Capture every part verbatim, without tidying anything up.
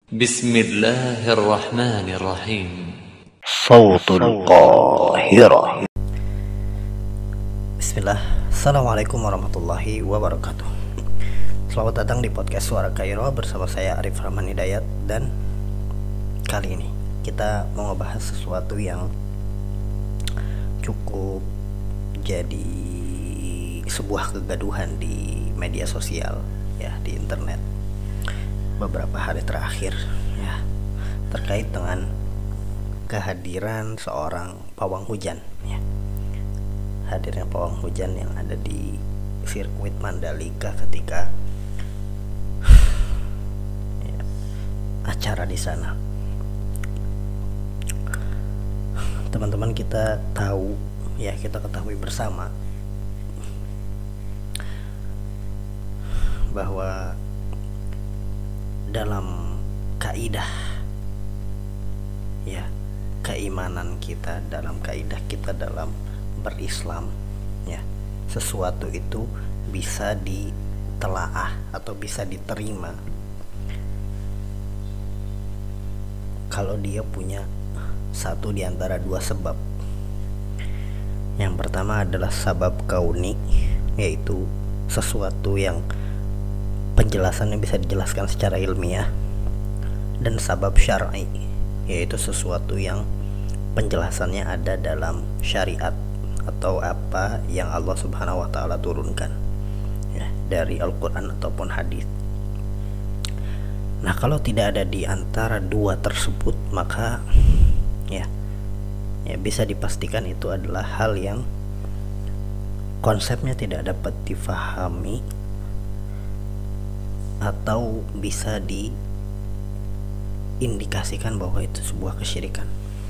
Bismillahirrahmanirrahim. Sautul Qahirah. Bismillah. Assalamualaikum warahmatullahi wabarakatuh. Selamat datang di podcast Suara Kairo bersama saya Arif Rahman Hidayat. Dan kali ini kita mau ngebahas sesuatu yang cukup jadi sebuah kegaduhan di media sosial, ya, di internet beberapa hari terakhir, ya, terkait dengan kehadiran seorang pawang hujan, ya. Hadirnya pawang hujan yang ada di sirkuit Mandalika ketika ya, acara di sana. Teman-teman, kita tahu, ya, kita ketahui bersama bahwa dalam kaidah, ya, keimanan kita, dalam kaidah kita dalam berislam, ya, sesuatu itu bisa ditelaah atau bisa diterima kalau dia punya satu di antara dua sebab. Yang pertama adalah sabab kauni, yaitu sesuatu yang penjelasannya bisa dijelaskan secara ilmiah, dan sabab syar'i, yaitu sesuatu yang penjelasannya ada dalam syariat atau apa yang Allah Subhanahu wa taala turunkan, ya, dari Al-Qur'an ataupun hadis. Nah, kalau tidak ada di antara dua tersebut, maka ya ya bisa dipastikan itu adalah hal yang konsepnya tidak dapat difahami atau bisa diindikasikan bahwa itu sebuah kesyirikan.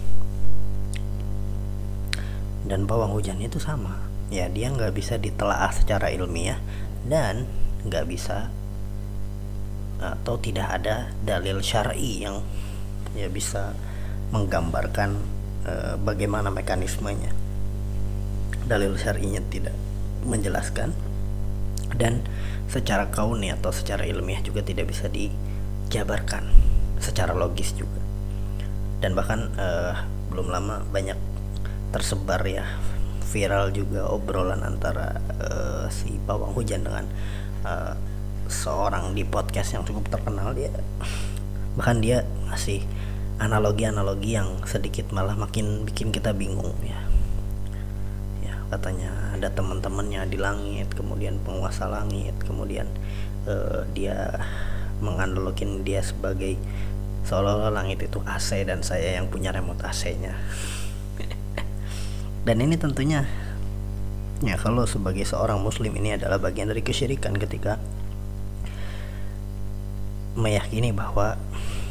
Dan pawang hujan itu sama, ya, dia nggak bisa ditelaah secara ilmiah dan nggak bisa atau tidak ada dalil syar'i yang ya bisa menggambarkan e, bagaimana mekanismenya. Dalil syar'inya tidak menjelaskan, dan secara kauni atau secara ilmiah juga tidak bisa dijabarkan secara logis juga. Dan bahkan eh, belum lama banyak tersebar, ya, viral juga obrolan antara eh, si pawang hujan dengan eh, seorang di podcast yang cukup terkenal. Dia bahkan dia ngasih analogi-analogi yang sedikit malah makin bikin kita bingung, ya. Katanya ada teman-temannya di langit, kemudian penguasa langit, kemudian uh, dia menganalogikan dia sebagai seolah-olah langit itu A C dan saya yang punya remote A C-nya. Dan ini tentunya, ya, kalau sebagai seorang muslim ini adalah bagian dari kesyirikan ketika meyakini bahwa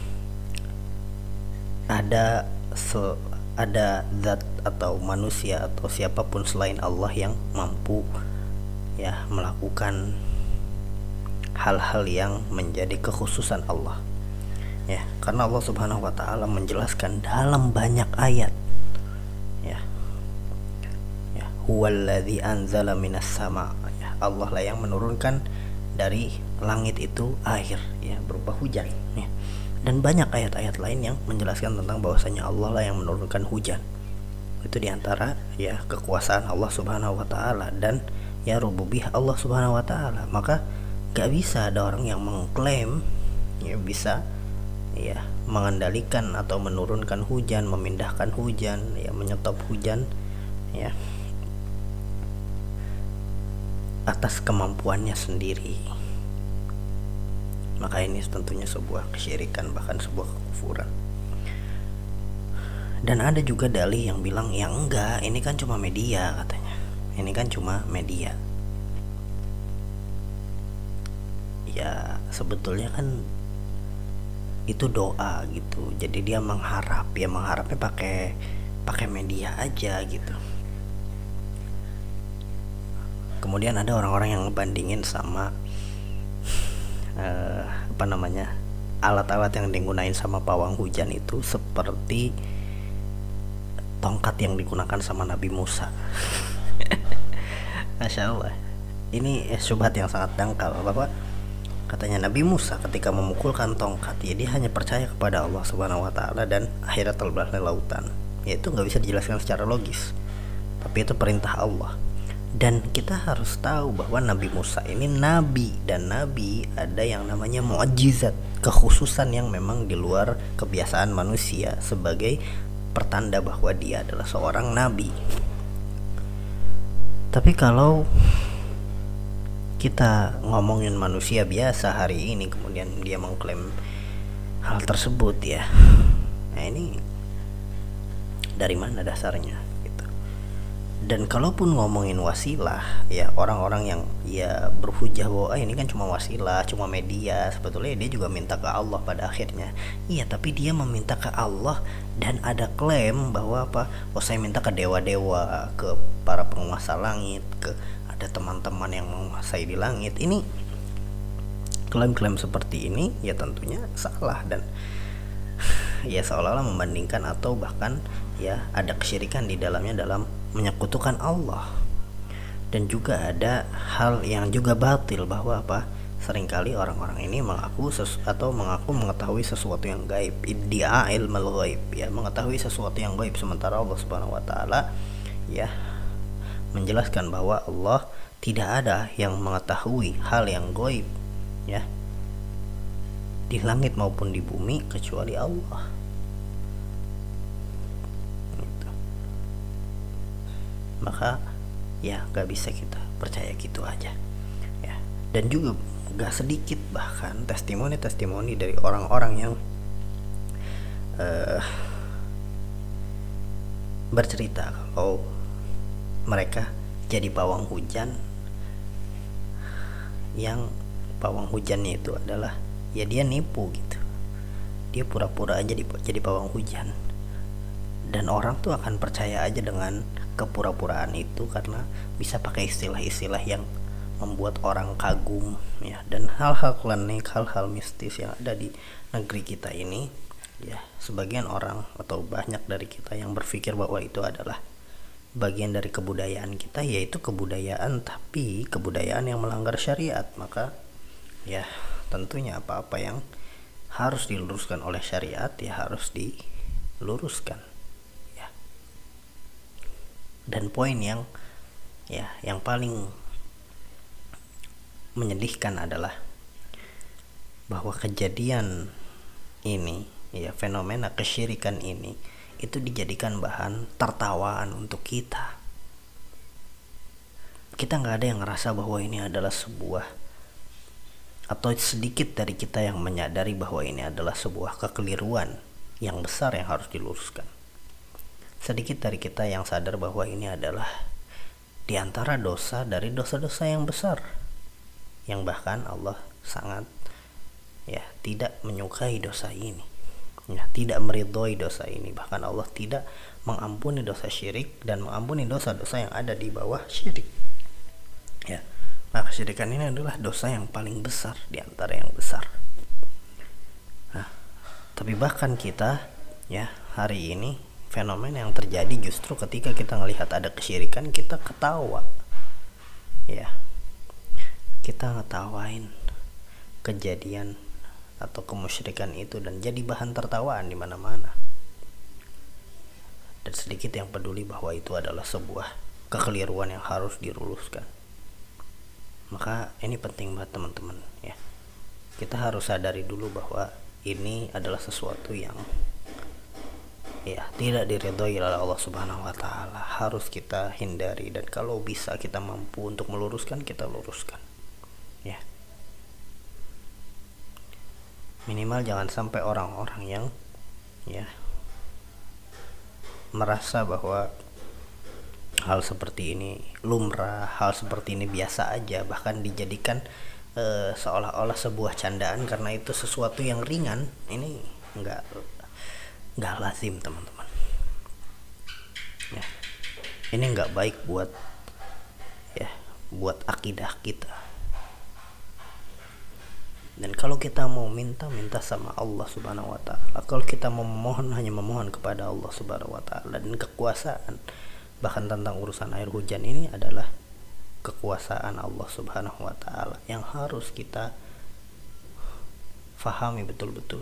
ada se- ada zat atau manusia atau siapapun selain Allah yang mampu, ya, melakukan hal-hal yang menjadi kekhususan Allah, ya, karena Allah Subhanahu wa taala menjelaskan dalam banyak ayat, ya, ya, huwallazi anzala minas sama, ya, Allah lah yang menurunkan dari langit itu air, ya, berupa hujan, ya. Dan banyak ayat-ayat lain yang menjelaskan tentang bahwasanya Allah lah yang menurunkan hujan. Itu diantara, ya, kekuasaan Allah Subhanahu wa taala dan, ya, rububiyah Allah Subhanahu wa taala. Maka gak bisa ada orang yang mengklaim, ya, bisa, ya, mengendalikan atau menurunkan hujan, memindahkan hujan, ya, menyetop hujan, ya, atas kemampuannya sendiri. Maka ini tentunya sebuah kesyirikan, bahkan sebuah kekufuran. Dan ada juga dalih yang bilang, ya enggak, ini kan cuma media, katanya. Ini kan cuma media. Ya, sebetulnya kan itu doa gitu. Jadi dia mengharap, ya, mengharapnya pakai pakai media aja gitu. Kemudian ada orang-orang yang ngebandingin sama Uh, apa namanya alat-alat yang digunain sama pawang hujan itu seperti tongkat yang digunakan sama Nabi Musa. Masya Allah, ini syubhat yang sangat dangkal bahwa Katanya Nabi Musa ketika memukulkan tongkat, ya dia hanya percaya kepada Allah Subhanahu wa taala dan akhirnya terbelahnya lautan. Ya itu nggak bisa dijelaskan secara logis, tapi itu perintah Allah. Dan kita harus tahu bahwa Nabi Musa ini nabi, dan nabi ada yang namanya mukjizat, kekhususan yang memang di luar kebiasaan manusia sebagai pertanda bahwa dia adalah seorang nabi. Tapi kalau kita ngomongin manusia biasa hari ini kemudian dia mengklaim hal tersebut, ya, nah ini dari mana dasarnya gitu. Dan kalaupun ngomongin wasilah, ya orang-orang yang ya berhujah bahwa ah, ini kan cuma wasilah, cuma media, sebetulnya dia juga minta ke Allah pada akhirnya. Iya, tapi dia meminta ke Allah dan ada klaim bahwa apa? Oh, saya minta ke dewa-dewa, ke para penguasa langit, ke ada teman-teman yang menguasai di langit. Ini klaim-klaim seperti ini ya tentunya salah, dan ya seolah-olah membandingkan atau bahkan ya ada kesyirikan di dalamnya dalam menyekutukan Allah. Dan juga ada hal yang juga batil bahwa apa? Seringkali orang-orang ini mengaku sesu- atau mengaku mengetahui sesuatu yang gaib, iddia ilmul ghaib, ya mengetahui sesuatu yang gaib, sementara Allah Subhanahu wa taala ya menjelaskan bahwa Allah tidak ada yang mengetahui hal yang gaib, ya, di langit maupun di bumi kecuali Allah. Gitu. Maka ya gak bisa kita percaya gitu aja, ya. Dan juga gak sedikit bahkan testimoni-testimoni dari orang-orang yang uh, bercerita kalau mereka jadi pawang hujan, yang pawang hujannya itu adalah ya dia nipu gitu, dia pura-pura aja jadi pawang hujan, dan orang tuh akan percaya aja dengan kepura-puraan itu karena bisa pakai istilah-istilah yang membuat orang kagum, ya. Dan hal-hal klinik, hal-hal mistis yang ada di negeri kita ini, ya sebagian orang atau banyak dari kita yang berpikir bahwa itu adalah bagian dari kebudayaan kita, yaitu kebudayaan tapi kebudayaan yang melanggar syariat. Maka ya tentunya apa-apa yang harus diluruskan oleh syariat ya harus diluruskan, ya. Dan poin yang ya yang paling menyedihkan adalah bahwa kejadian ini, ya fenomena kesyirikan ini itu dijadikan bahan tertawaan untuk kita. Kita nggak ada yang ngerasa bahwa ini adalah sebuah, atau sedikit dari kita yang menyadari bahwa ini adalah sebuah kekeliruan yang besar yang harus diluruskan. Sedikit dari kita yang sadar bahwa ini adalah diantara dosa dari dosa-dosa yang besar, yang bahkan Allah sangat ya tidak menyukai dosa ini, ya tidak meridhoi dosa ini. Bahkan Allah tidak mengampuni dosa syirik dan mengampuni dosa-dosa yang ada di bawah syirik, ya. Nah, kesyirikan ini adalah dosa yang paling besar di antara yang besar. Nah, tapi bahkan kita ya hari ini fenomena yang terjadi justru ketika kita melihat ada kesyirikan kita ketawa, ya kita ngetawain kejadian atau kemusyrikan itu dan jadi bahan tertawaan di mana-mana. Dan sedikit yang peduli bahwa itu adalah sebuah kekeliruan yang harus diruluskan. Maka ini penting banget teman-teman, ya. Kita harus sadari dulu bahwa ini adalah sesuatu yang ya tidak diridhoi oleh Allah Subhanahu wa taala, harus kita hindari, dan kalau bisa kita mampu untuk meluruskan, kita luruskan, ya. Minimal jangan sampai orang-orang yang ya merasa bahwa hal seperti ini lumrah, hal seperti ini biasa aja, bahkan dijadikan e, seolah-olah sebuah candaan karena itu sesuatu yang ringan. Ini enggak enggak lazim, teman-teman. Ya. Ini enggak baik buat ya buat akidah kita. Dan kalau kita mau minta, minta sama Allah Subhanahu wa taala. Kalau kita mau memohon, hanya memohon kepada Allah Subhanahu wa taala. Dan kekuasaan bahkan tentang urusan air hujan ini adalah kekuasaan Allah Subhanahu wa taala yang harus kita fahami betul-betul.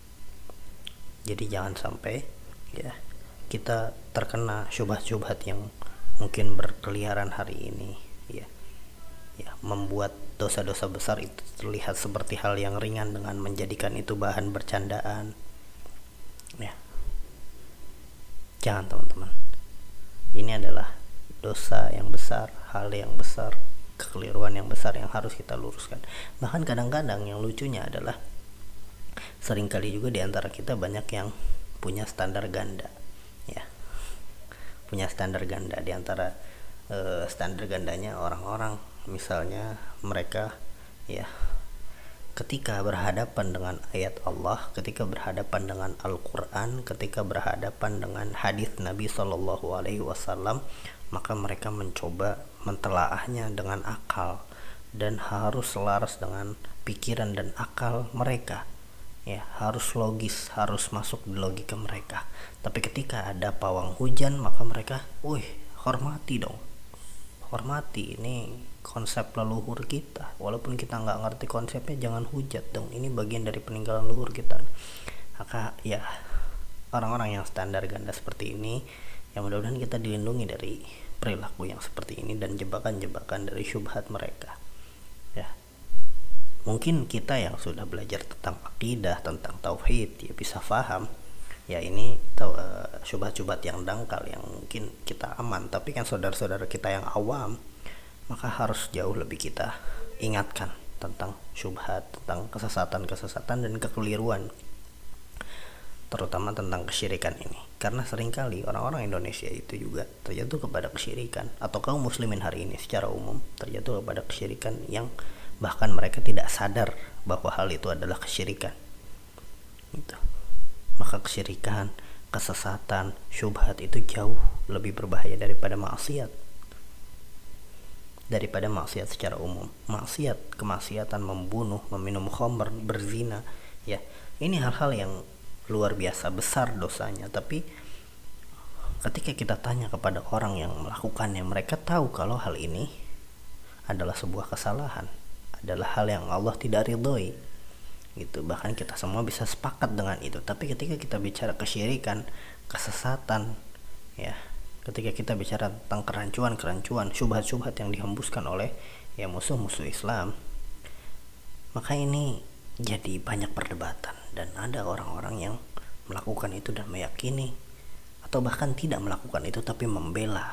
Jadi jangan sampai ya kita terkena syubhat-syubhat yang mungkin berkeliaran hari ini, ya ya membuat dosa-dosa besar itu terlihat seperti hal yang ringan dengan menjadikan itu bahan bercandaan. Ya, jangan teman-teman, ini adalah dosa yang besar, hal yang besar, kekeliruan yang besar yang harus kita luruskan. Bahkan kadang-kadang yang lucunya adalah seringkali juga di antara kita banyak yang punya standar ganda, ya punya standar ganda. Di antara uh, standar gandanya orang-orang, misalnya mereka ya ketika berhadapan dengan ayat Allah, ketika berhadapan dengan Al-Quran, ketika berhadapan dengan hadis Nabi Shallallahu Alaihi Wasallam, maka mereka mencoba mentelaahnya dengan akal dan harus selaras dengan pikiran dan akal mereka. Ya, harus logis, harus masuk di logika mereka. Tapi ketika ada pawang hujan, maka mereka, wih, hormati dong, hormati, ini konsep leluhur kita. Walaupun kita nggak ngerti konsepnya, jangan hujat dong, ini bagian dari peninggalan leluhur kita. Maka ya orang-orang yang standar ganda seperti ini, yang mudah-mudahan kita dilindungi dari perilaku yang seperti ini dan jebakan-jebakan dari syubhat mereka. Ya, mungkin kita yang sudah belajar tentang akidah, tentang tauhid, ya bisa paham ya ini uh, syubhat-syubhat yang dangkal yang mungkin kita aman. Tapi kan saudara-saudara kita yang awam, maka harus jauh lebih kita ingatkan tentang syubhat, tentang kesesatan-kesesatan dan kekeliruan, terutama tentang kesyirikan ini. Karena seringkali orang-orang Indonesia itu juga terjatuh kepada kesyirikan, atau kaum muslimin hari ini secara umum terjatuh kepada kesyirikan yang bahkan mereka tidak sadar bahwa hal itu adalah kesyirikan. Gitu. Maka kesyirikan, kesesatan, syubhat itu jauh lebih berbahaya daripada maksiat. Daripada maksiat secara umum. Maksiat, kemaksiatan, membunuh, meminum khamr, berzina, ya ini hal-hal yang luar biasa besar dosanya. Tapi ketika kita tanya kepada orang yang melakukannya, mereka tahu kalau hal ini adalah sebuah kesalahan, adalah hal yang Allah tidak ridhoi, gitu. Bahkan kita semua bisa sepakat dengan itu. Tapi ketika kita bicara kesyirikan, kesesatan, ya ketika kita bicara tentang kerancuan-kerancuan, syubhat-syubhat yang dihembuskan oleh ya musuh-musuh Islam, maka ini jadi banyak perdebatan. Dan ada orang-orang yang melakukan itu dan meyakini, atau bahkan tidak melakukan itu tapi membela,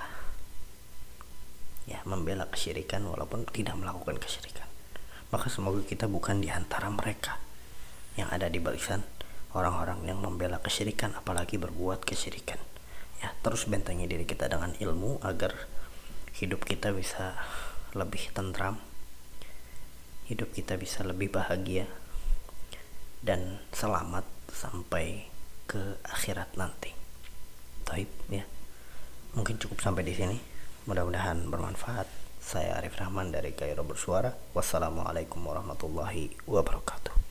ya membela kesyirikan walaupun tidak melakukan kesyirikan. Maka semoga kita bukan di antara mereka yang ada di barisan orang-orang yang membela kesyirikan, apalagi berbuat kesyirikan. Ya, terus bentengi diri kita dengan ilmu agar hidup kita bisa lebih tentram, hidup kita bisa lebih bahagia dan selamat sampai ke akhirat nanti. Taib, ya. Mungkin cukup sampai di sini. Mudah-mudahan bermanfaat. Saya Arif Rahman dari Kairo Bersuara. Wassalamualaikum warahmatullahi wabarakatuh.